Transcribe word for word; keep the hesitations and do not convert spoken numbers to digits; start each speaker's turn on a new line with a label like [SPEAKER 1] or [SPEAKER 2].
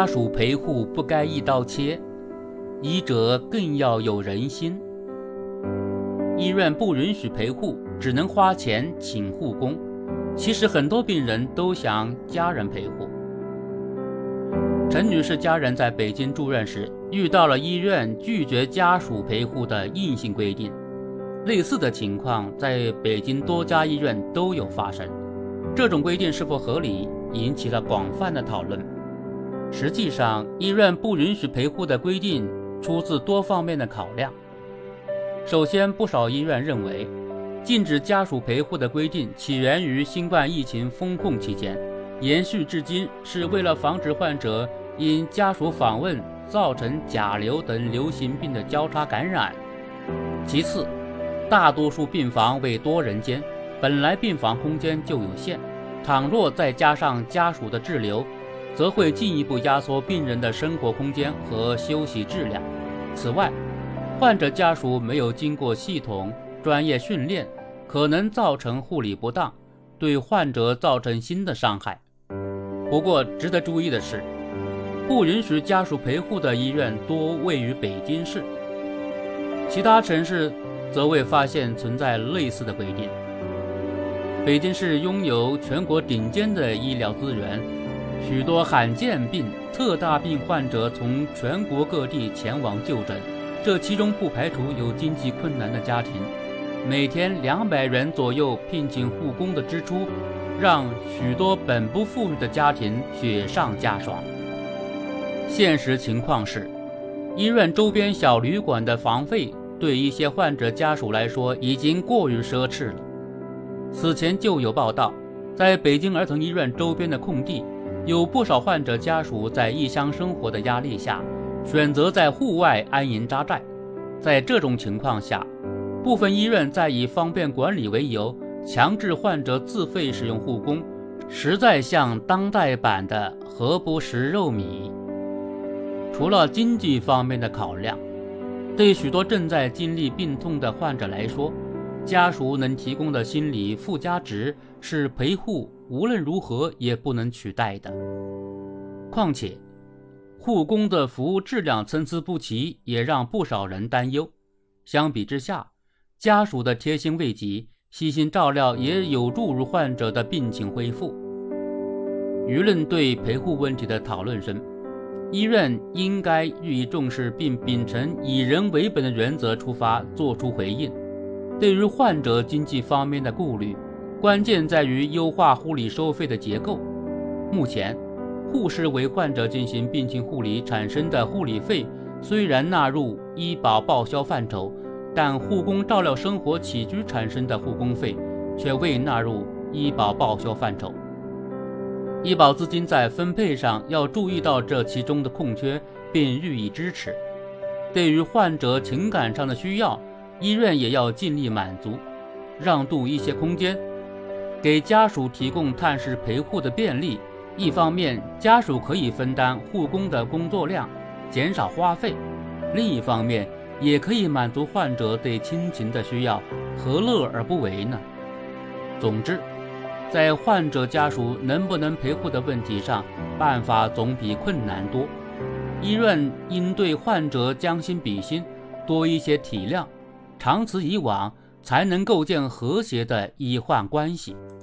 [SPEAKER 1] 家属陪护不该一刀切，医者更要有人心。医院不允许陪护，只能花钱请护工。其实很多病人都想家人陪护。陈女士家人在北京住院时，遇到了医院拒绝家属陪护的硬性规定。类似的情况在北京多家医院都有发生。这种规定是否合理，引起了广泛的讨论。实际上，医院不允许陪护的规定出自多方面的考量。首先，不少医院认为，禁止家属陪护的规定起源于新冠疫情封控期间，延续至今，是为了防止患者因家属访问造成甲流等流行病的交叉感染。其次，大多数病房为多人间，本来病房空间就有限，倘若再加上家属的滞留，则会进一步压缩病人的生活空间和休息质量。此外，患者家属没有经过系统专业训练，可能造成护理不当，对患者造成新的伤害。不过值得注意的是，不允许家属陪护的医院多位于北京市，其他城市则未发现存在类似的规定。北京市拥有全国顶尖的医疗资源，许多罕见病、特大病患者从全国各地前往就诊，这其中不排除有经济困难的家庭。每天两百元左右聘请护工的支出，让许多本不富裕的家庭雪上加霜。现实情况是，医院周边小旅馆的房费对一些患者家属来说已经过于奢侈了。此前就有报道，在北京儿童医院周边的空地，有不少患者家属在异乡生活的压力下，选择在户外安营扎寨。在这种情况下，部分医院在以方便管理为由，强制患者自费使用护工，实在像当代版的何不食肉糜。除了经济方面的考量，对许多正在经历病痛的患者来说，家属能提供的心理附加值是陪护无论如何也不能取代的。况且，护工的服务质量参差不齐，也让不少人担忧。相比之下，家属的贴心慰藉、悉心照料也有助于患者的病情恢复。舆论对陪护问题的讨论声，医院应该予以重视，并秉承以人为本的原则出发，做出回应。对于患者经济方面的顾虑，关键在于优化护理收费的结构。目前，护士为患者进行病情护理产生的护理费虽然纳入医保报销范畴，但护工照料生活起居产生的护工费却未纳入医保报销范畴。医保资金在分配上要注意到这其中的空缺，并予以支持。对于患者情感上的需要，医院也要尽力满足，让渡一些空间，给家属提供探视陪护的便利。一方面，家属可以分担护工的工作量，减少花费；另一方面，也可以满足患者对亲情的需要，何乐而不为呢？总之，在患者家属能不能陪护的问题上，办法总比困难多。医院应对患者将心比心，多一些体谅，长此以往，才能构建和谐的医患关系。